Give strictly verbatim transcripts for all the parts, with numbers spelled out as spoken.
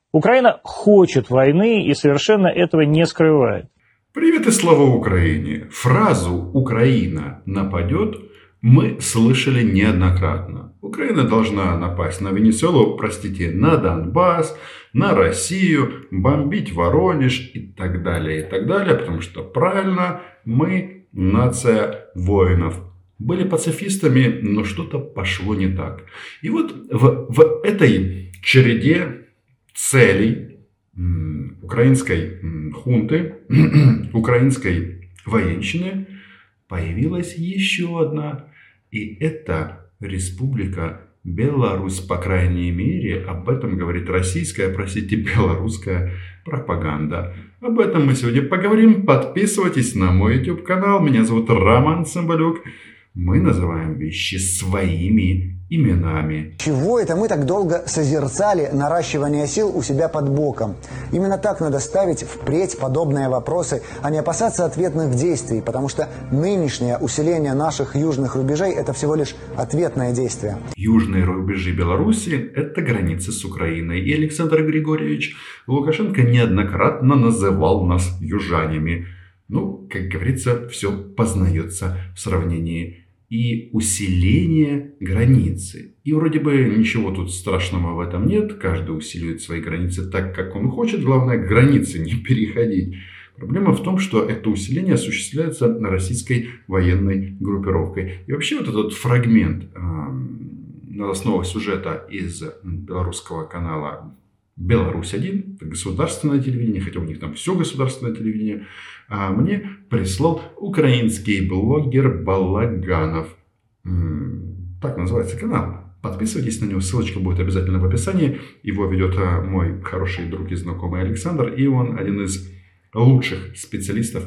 Украина хочет войны и совершенно этого не скрывает. Привет и слава Украине! Фразу «Украина нападет» мы слышали неоднократно. Украина должна напасть на Венесуэлу, простите, на Донбасс, на Россию, бомбить Воронеж и так далее, и так далее. Потому что правильно, мы нация воинов. Были пацифистами, но что-то пошло не так. И вот в, в этой череде целей украинской хунты, украинской военщины появилась еще одна. И это Республика Беларусь, по крайней мере, об этом говорит российская, простите, белорусская пропаганда. Об этом мы сегодня поговорим. Подписывайтесь на мой YouTube канал. Меня зовут Роман Цымбалюк. Мы называем вещи своими именами. Чего это мы так долго созерцали наращивание сил у себя под боком? Именно так надо ставить впредь подобные вопросы, а не опасаться ответных действий, потому что нынешнее усиление наших южных рубежей – это всего лишь ответное действие. Южные рубежи Беларуси – это границы с Украиной. И Александр Григорьевич Лукашенко неоднократно называл нас южанами. Ну, как говорится, все познается в сравнении. И усиление границы. И вроде бы ничего тут страшного в этом нет. Каждый усиливает свои границы так, как он хочет. Главное, границы не переходить. Проблема в том, что это усиление осуществляется российской военной группировкой. И вообще вот этот фрагмент э, новостного сюжета из белорусского канала Беларусь один, это государственное телевидение, хотя у них там все государственное телевидение, а мне прислал украинский блогер Балаганов. Так называется канал. Подписывайтесь на него, ссылочка будет обязательно в описании. Его ведет мой хороший друг и знакомый Александр, и он один из лучших специалистов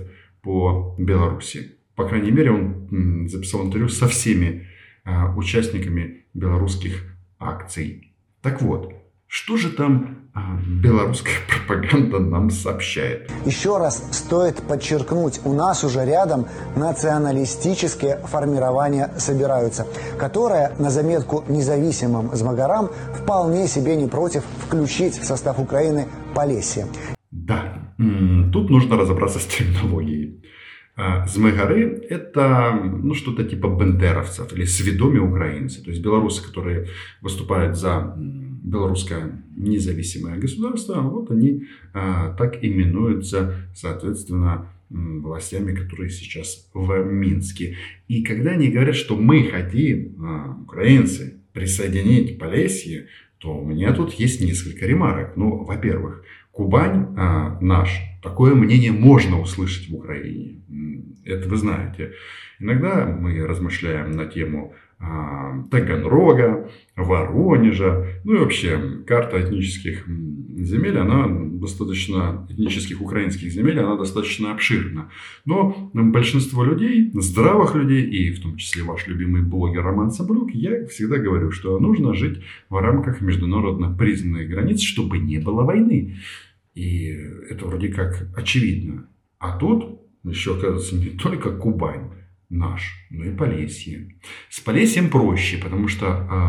по Беларуси. По крайней мере, он записал интервью со всеми участниками белорусских акций. Так вот, что же там а, белорусская пропаганда нам сообщает? Еще раз стоит подчеркнуть, у нас уже рядом националистические формирования собираются, которые, на заметку независимым змагарам, вполне себе не против включить в состав Украины Полесье. Да, тут нужно разобраться с терминологией. Змагары – это ну, что-то типа бендеровцев или сведомые украинцы. То есть белорусы, которые выступают за белорусское независимое государство, вот они а, так именуются, соответственно, властями, которые сейчас в Минске. И когда они говорят, что мы хотим, а, украинцы, присоединить Полесье, то у меня тут есть несколько ремарок. Ну, во-первых, Кубань а, наш. Такое мнение можно услышать в Украине. Это вы знаете. Иногда мы размышляем на тему а, Таганрога, Воронежа. Ну и вообще карта этнических земель, она достаточно, этнических украинских земель, она достаточно обширна. Но большинство людей, здравых людей, и в том числе ваш любимый блогер Роман Цымбалюк, я всегда говорю, что нужно жить в рамках международно признанных границ, чтобы не было войны. И это вроде как очевидно. А тут еще, оказывается, не только Кубань наш, но и Полесье. С Полесьем проще, потому что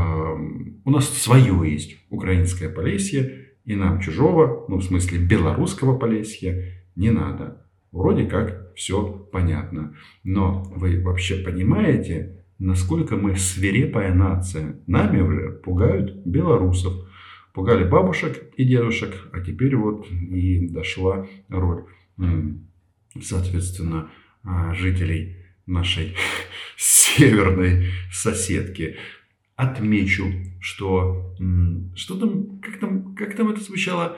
э, у нас свое есть украинское Полесье, и нам чужого, ну в смысле белорусского Полесья, не надо. Вроде как все понятно. Но вы вообще понимаете, насколько мы свирепая нация? Нами уже пугают белорусов. Пугали бабушек и дедушек, а теперь вот и дошла роль, соответственно, жителей нашей северной соседки. Отмечу, что, что там, как там, как там это звучало,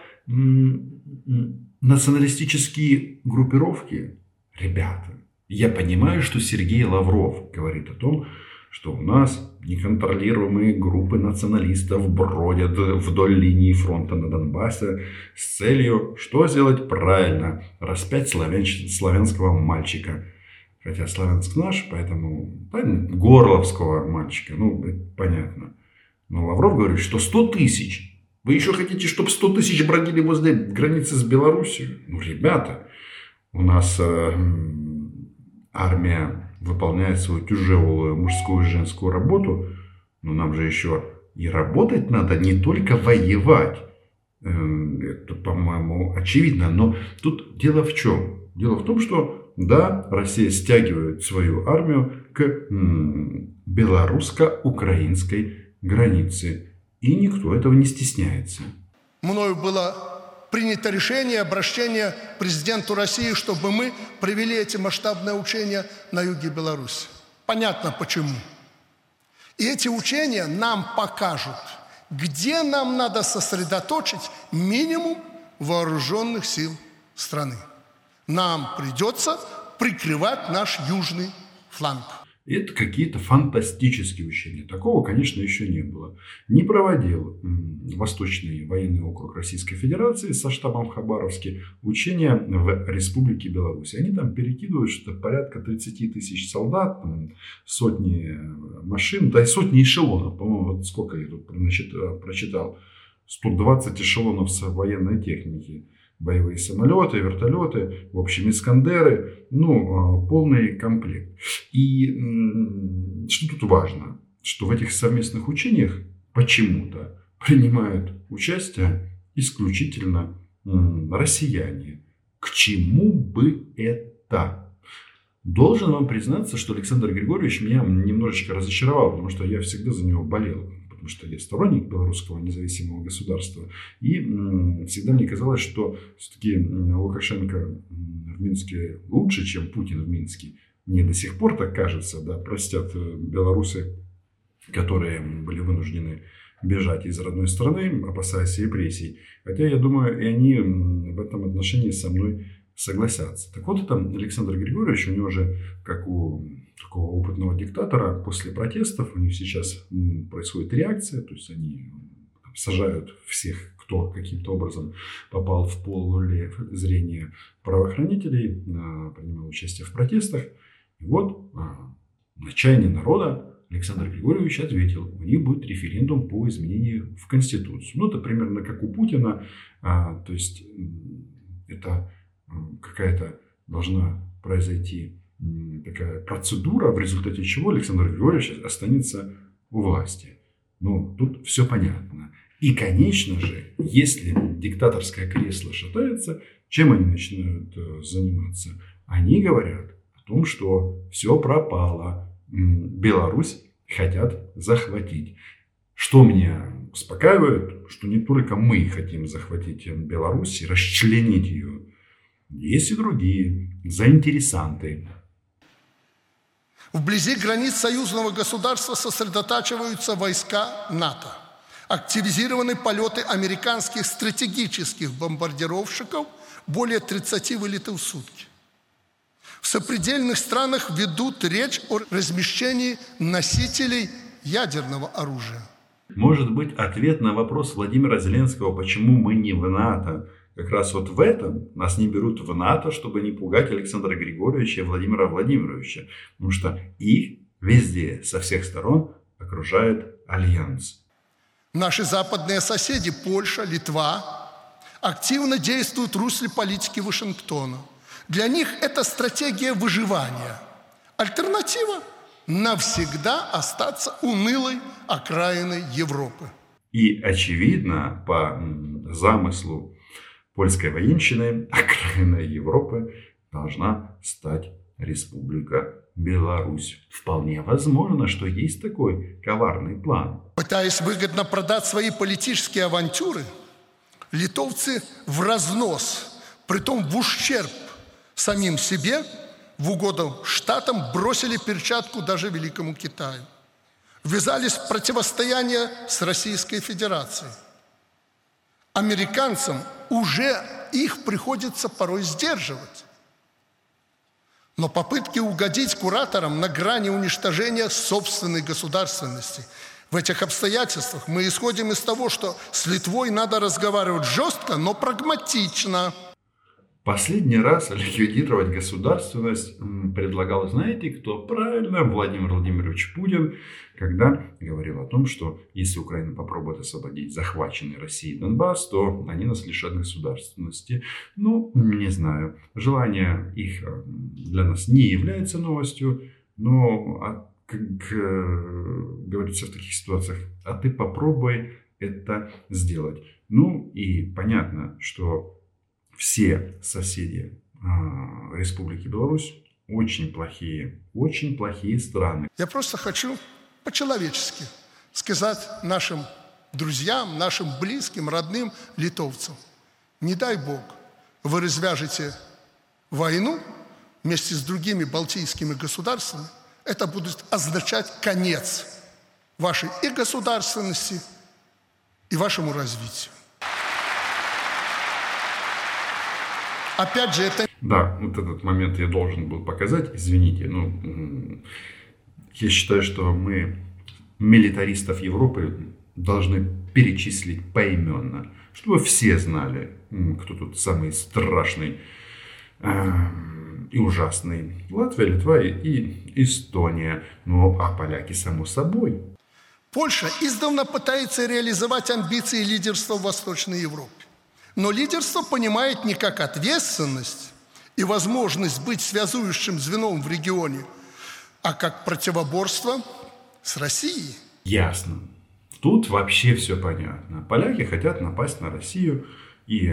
националистические группировки. Ребята, я понимаю, что Сергей Лавров говорит о том, что у нас неконтролируемые группы националистов бродят вдоль линии фронта на Донбассе с целью, что сделать правильно, распять славян... славянского мальчика. Хотя Славянск наш, поэтому горловского мальчика, ну, понятно. Но Лавров говорит, что сто тысяч. Вы еще хотите, чтобы сто тысяч бродили возле границы с Белоруссией? Ну, ребята, у нас э, армия выполняет свою тяжелую мужскую и женскую работу, но нам же еще и работать надо, не только воевать. Это, по-моему, очевидно. Но тут дело в чем? Дело в том, что, да, Россия стягивает свою армию к белорусско-украинской границе. И никто этого не стесняется. Мною было принято решение обращения к президенту России, чтобы мы провели эти масштабные учения на юге Беларуси. Понятно почему. И эти учения нам покажут, где нам надо сосредоточить минимум вооруженных сил страны. Нам придется прикрывать наш южный фланг. Это какие-то фантастические учения. Такого, конечно, еще не было. Не проводил Восточный военный округ Российской Федерации со штабом в Хабаровске учения в Республике Беларусь. Они там перекидывают что-то порядка тридцати тысяч солдат, сотни машин, да и сотни эшелонов. По-моему, вот сколько я тут прочитал. сто двадцать эшелонов с военной техники. Боевые самолеты, вертолеты, в общем, Искандеры, ну, полный комплект. И что тут важно? Что в этих совместных учениях почему-то принимают участие исключительно россияне. К чему бы это? Должен вам признаться, что Александр Григорьевич меня немножечко разочаровал, потому что я всегда за него болел. Потому что я сторонник белорусского независимого государства. И всегда мне казалось, что все-таки Лукашенко в Минске лучше, чем Путин в Минске. Мне до сих пор так кажется, да, простят белорусы, которые были вынуждены бежать из родной страны, опасаясь репрессий. Хотя, я думаю, и они в этом отношении со мной согласятся. Так вот, это Александр Григорьевич, у него же, как у такого опытного диктатора, после протестов у них сейчас происходит реакция, то есть они сажают всех, кто каким-то образом попал в поле зрения правоохранителей, принимал участие в протестах. И вот на чаяние народа Александр Григорьевич ответил, у них будет референдум по изменению в Конституцию. Ну, это примерно как у Путина, то есть это какая-то должна произойти такая процедура, в результате чего Александр Григорьевич останется у власти. Ну, тут все понятно. И, конечно же, если диктаторское кресло шатается, чем они начинают заниматься? Они говорят о том, что все пропало. Беларусь хотят захватить. Что меня успокаивает, что не только мы хотим захватить Беларусь и расчленить ее. Есть и другие заинтересанты. Вблизи границ союзного государства сосредотачиваются войска НАТО. Активизированы полеты американских стратегических бомбардировщиков, более тридцати вылетов в сутки. В сопредельных странах ведут речь о размещении носителей ядерного оружия. Может быть, ответ на вопрос Владимира Зеленского, почему мы не в НАТО, как раз вот в этом нас не берут в НАТО, чтобы не пугать Александра Григорьевича и Владимира Владимировича. Потому что их везде, со всех сторон окружает альянс. Наши западные соседи, Польша, Литва, активно действуют в русле политики Вашингтона. Для них это стратегия выживания. Альтернатива – навсегда остаться унылой окраиной Европы. И очевидно, по замыслу польской военщины, окраиной Европы должна стать Республика Беларусь. Вполне возможно, что есть такой коварный план. Пытаясь выгодно продать свои политические авантюры, литовцы в разнос, притом в ущерб самим себе, в угоду штатам бросили перчатку даже Великому Китаю. Ввязались в противостояние с Российской Федерацией. Американцам уже их приходится порой сдерживать. Но попытки угодить кураторам на грани уничтожения собственной государственности. В этих обстоятельствах мы исходим из того, что с Литвой надо разговаривать жестко, но прагматично. Последний раз ликвидировать государственность предлагал, знаете кто? Правильно, Владимир Владимирович Путин, когда говорил о том, что если Украина попробует освободить захваченный Россией Донбасс, то они нас лишат государственности. Ну, не знаю. Желание их для нас не является новостью, но, как говорится в таких ситуациях, а ты попробуй это сделать. Ну и понятно, что все соседи э, Республики Беларусь очень плохие, очень плохие страны. Я просто хочу по-человечески сказать нашим друзьям, нашим близким, родным литовцам: не дай Бог, вы развяжете войну вместе с другими балтийскими государствами, это будет означать конец вашей и государственности, и вашему развитию. Опять же, это... Да, вот этот момент я должен был показать. Извините, но я считаю, что мы милитаристов Европы должны перечислить поименно, чтобы все знали, кто тут самый страшный э, и ужасный. Латвия, Литва и Эстония. Ну, а поляки, само собой. Польша издавна пытается реализовать амбиции лидерства в Восточной Европе. Но лидерство понимает не как ответственность и возможность быть связующим звеном в регионе, а как противоборство с Россией. Ясно. Тут вообще все понятно. Поляки хотят напасть на Россию, и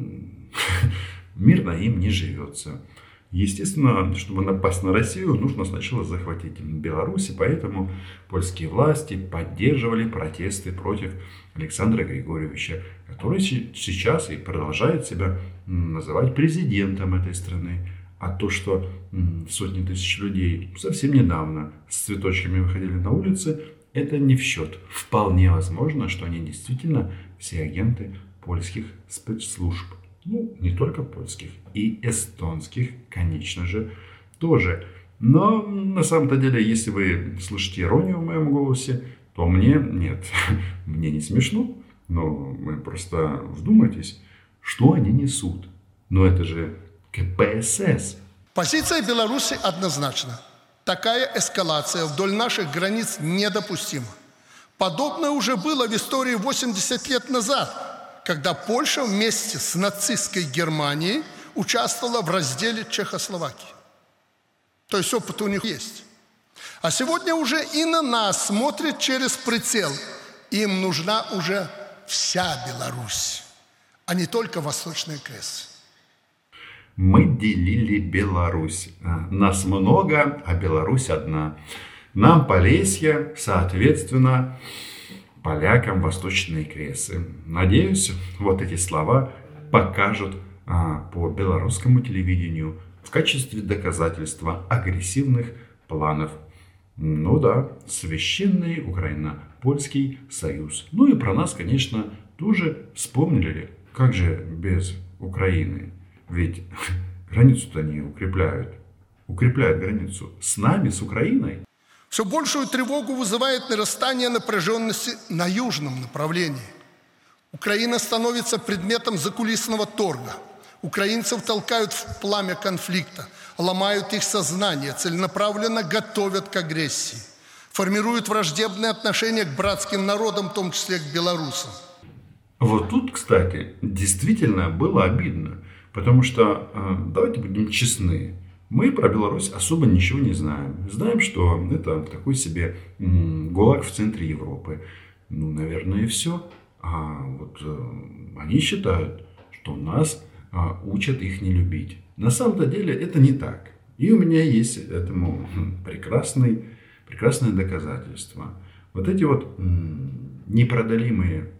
мирно им не живется. Естественно, чтобы напасть на Россию, нужно сначала захватить Беларусь, и поэтому польские власти поддерживали протесты против Александра Григорьевича, который сейчас и продолжает себя называть президентом этой страны. А то, что сотни тысяч людей совсем недавно с цветочками выходили на улицы, это не в счет. Вполне возможно, что они действительно все агенты польских спецслужб. Ну, не только польских, и эстонских, конечно же, тоже. Но на самом-то деле, если вы слышите иронию в моем голосе, то мне нет, мне не смешно, но вы просто вдумайтесь, что они несут. Но это же ка пэ эс эс. Позиция Беларуси однозначна. Такая эскалация вдоль наших границ недопустима. Подобное уже было в истории восемьдесят лет назад, когда Польша вместе с нацистской Германией участвовала в разделе Чехословакии. То есть опыт у них есть. А сегодня уже и на нас смотрят через прицел. Им нужна уже вся Беларусь, а не только Восточный Крест. Мы делили Беларусь. Нас много, а Беларусь одна. Нам Полесье, соответственно, полякам Восточные Кресы. Надеюсь, вот эти слова покажут а, по белорусскому телевидению в качестве доказательства агрессивных планов. Ну да, священный Украино-Польский союз. Ну и про нас, конечно, тоже вспомнили. Как же без Украины? Ведь границу-то они укрепляют. Укрепляют границу с нами, с Украиной. Все большую тревогу вызывает нарастание напряженности на южном направлении. Украина становится предметом закулисного торга. Украинцев толкают в пламя конфликта, ломают их сознание, целенаправленно готовят к агрессии, формируют враждебные отношения к братским народам, в том числе к белорусам. Вот тут, кстати, действительно было обидно, потому что, давайте будем честны, мы про Беларусь особо ничего не знаем. Знаем, что это такой себе ГУЛАГ в центре Европы. Ну, наверное, и все. А вот они считают, что нас учат их не любить. На самом-то деле это не так. И у меня есть этому прекрасный, прекрасное доказательство. Вот эти вот непродалимые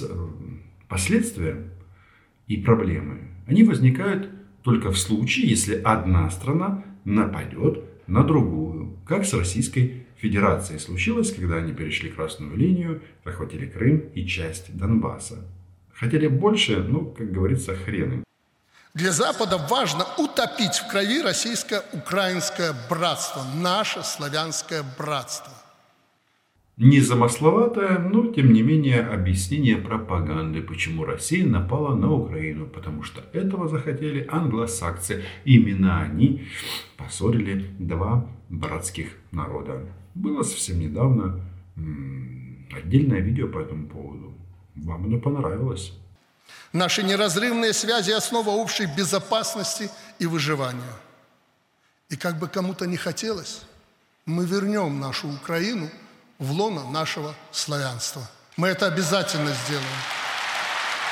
последствия и проблемы, они возникают только в случае, если одна страна нападет на другую, как с Российской Федерацией случилось, когда они перешли красную линию, захватили Крым и часть Донбасса. Хотели больше, ну, как говорится, хрен им. Для Запада важно утопить в крови российско-украинское братство, наше славянское братство. Незамысловатое, но тем не менее объяснение пропаганды, почему Россия напала на Украину, потому что этого захотели англосаксы. Именно они поссорили два братских народа. Было совсем недавно м- отдельное видео по этому поводу. Вам оно понравилось? Наши неразрывные связи – основа общей безопасности и выживания. И как бы кому-то не хотелось, мы вернем нашу Украину в лоно нашего славянства. Мы это обязательно сделаем.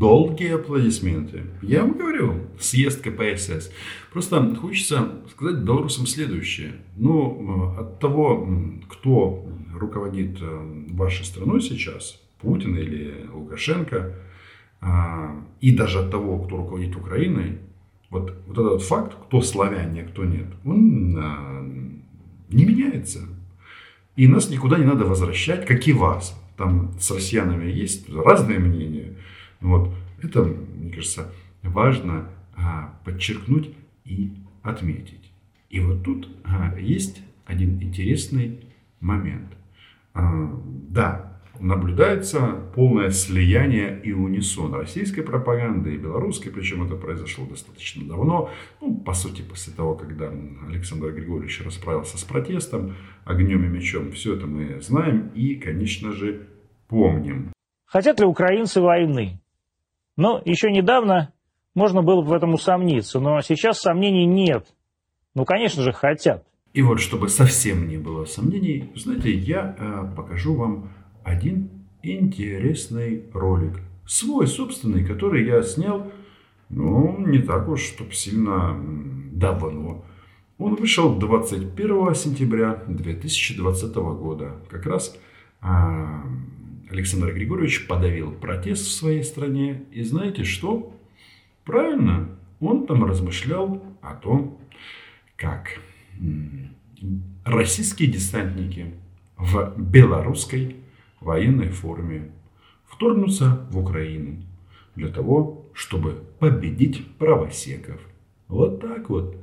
долгие аплодисменты. Я вам говорю, съезд ка пэ эс эс. Просто хочется сказать белорусам следующее. Ну, от того, кто руководит вашей страной сейчас, Путин или Лукашенко, и даже от того, кто руководит Украиной, вот, вот этот факт, кто славяне, а кто нет, он а, не меняется. И нас никуда не надо возвращать, как и вас. Там с россиянами есть разные мнения. Вот. Это, мне кажется, важно а, подчеркнуть и отметить. И вот тут а, есть один интересный момент. А, да, наблюдается полное слияние и унисон российской пропаганды и белорусской, причем это произошло достаточно давно, ну, по сути, после того, когда Александр Григорьевич расправился с протестом, огнем и мечом, все это мы знаем и, конечно же, помним. Хотят ли украинцы войны? Но еще недавно можно было бы в этом усомниться, но сейчас сомнений нет. Ну, конечно же, хотят. И вот, чтобы совсем не было сомнений, знаете, я э, покажу вам один интересный ролик. Свой собственный, который я снял, ну, не так уж, чтоб сильно давно. Он вышел двадцать первого сентября две тысячи двадцатого года. Как раз а, Александр Григорьевич подавил протест в своей стране. И знаете что? Правильно, он там размышлял о том, как российские десантники в белорусской военной форме вторгнутся в Украину для того, чтобы победить правосеков. Вот так вот.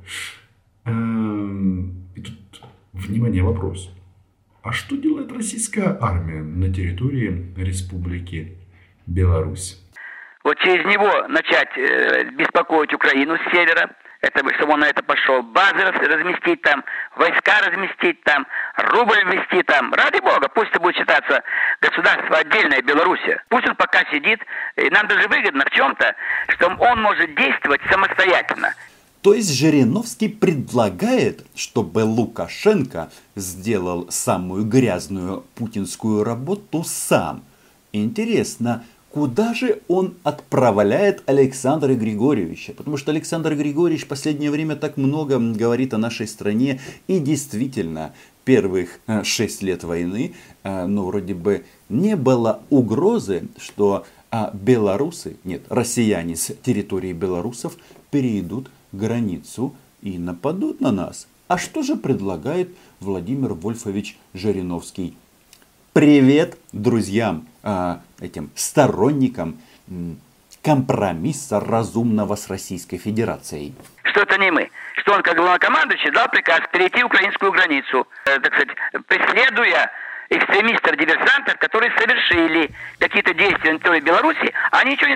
И тут, внимание, вопрос. А что делает российская армия на территории Республики Беларусь? Вот через него начать э, беспокоить Украину с севера. Это, чтобы он на это пошел, базы разместить там, войска разместить там, рубль ввести там. Ради бога, пусть это будет считаться государство отдельное, Белоруссия. Пусть он пока сидит, и нам даже выгодно в чем-то, что он может действовать самостоятельно. То есть Жириновский предлагает, чтобы Лукашенко сделал самую грязную путинскую работу сам. Интересно, куда же он отправляет Александра Григорьевича? Потому что Александр Григорьевич в последнее время так много говорит о нашей стране. И действительно, первых шесть лет войны, ну, вроде бы не было угрозы, что белорусы, нет, россияне с территории белорусов перейдут границу и нападут на нас. А что же предлагает Владимир Вольфович Жириновский? Привет друзьям, этим сторонникам компромисса разумного с Российской Федерацией. Что это не мы. Что он, как главнокомандующий, дал приказ перейти украинскую границу, э, так сказать, преследуя экстремистов-диверсантов, которые совершили какие-то действия на территории Беларуси, а они ничего не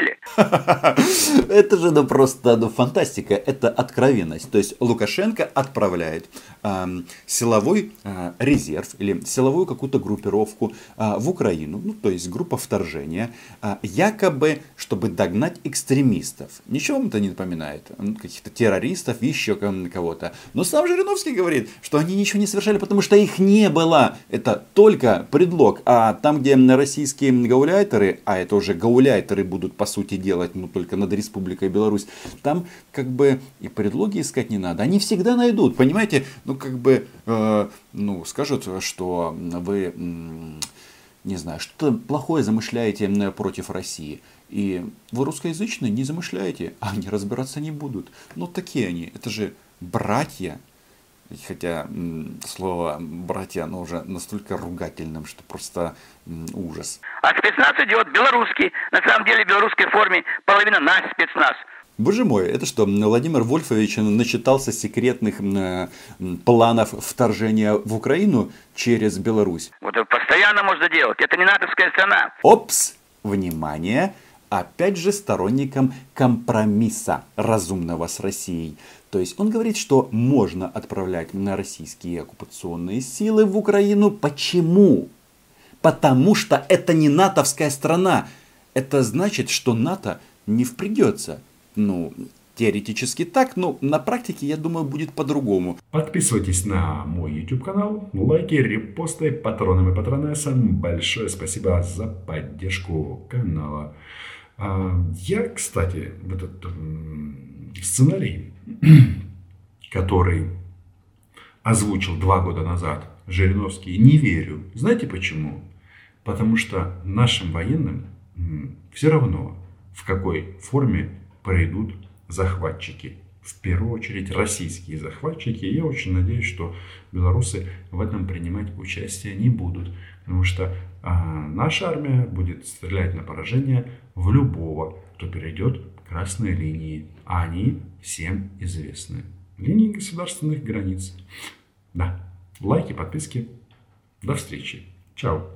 совершили. Это же ну, просто ну, фантастика, это откровенность. То есть Лукашенко отправляет э, силовой э, резерв или силовую какую-то группировку э, в Украину, ну то есть группа вторжения, э, якобы, чтобы догнать экстремистов. Ничего вам это не напоминает? Каких-то террористов, еще кого-то. Но сам Жириновский говорит, что они ничего не совершали, потому что их не было. Это только предлог. А там, где российские гауляйтеры, а это уже гауляйтеры будут по сути делать, ну только над Республикой Беларусь, там как бы и предлоги искать не надо. Они всегда найдут, понимаете? Ну как бы, э, ну скажут, что вы, не знаю, что-то плохое замышляете против России. И вы русскоязычные не замышляете, а они разбираться не будут. Ну такие они, это же братья. Хотя слово «братья» оно уже настолько ругательным, что просто ужас. А спецназ идет белорусский. На самом деле в белорусской форме половина наш спецназ. Боже мой, это что, Владимир Вольфович начитался секретных э, планов вторжения в Украину через Беларусь? Вот это постоянно можно делать. Это не натовская страна. Опс! Внимание! Опять же сторонникам компромисса разумного с Россией. То есть он говорит, что можно отправлять на российские оккупационные силы в Украину. Почему? Потому что это не натовская страна. Это значит, что НАТО не впрягется. Ну, теоретически так, но на практике, я думаю, будет по-другому. Подписывайтесь на мой YouTube канал, лайки, репосты, патронам и патронессам. Большое спасибо за поддержку канала. Я, кстати, в этот сценарий, который озвучил два года назад Жириновский, не верю. Знаете почему? Потому что нашим военным все равно, в какой форме придут захватчики. В первую очередь российские захватчики. Я очень надеюсь, что белорусы в этом принимать участие не будут. Потому что а, наша армия будет стрелять на поражение в любого, кто перейдет красные линии. А они всем известны. Линии государственных границ. Да. Лайки, подписки. До встречи. Чао.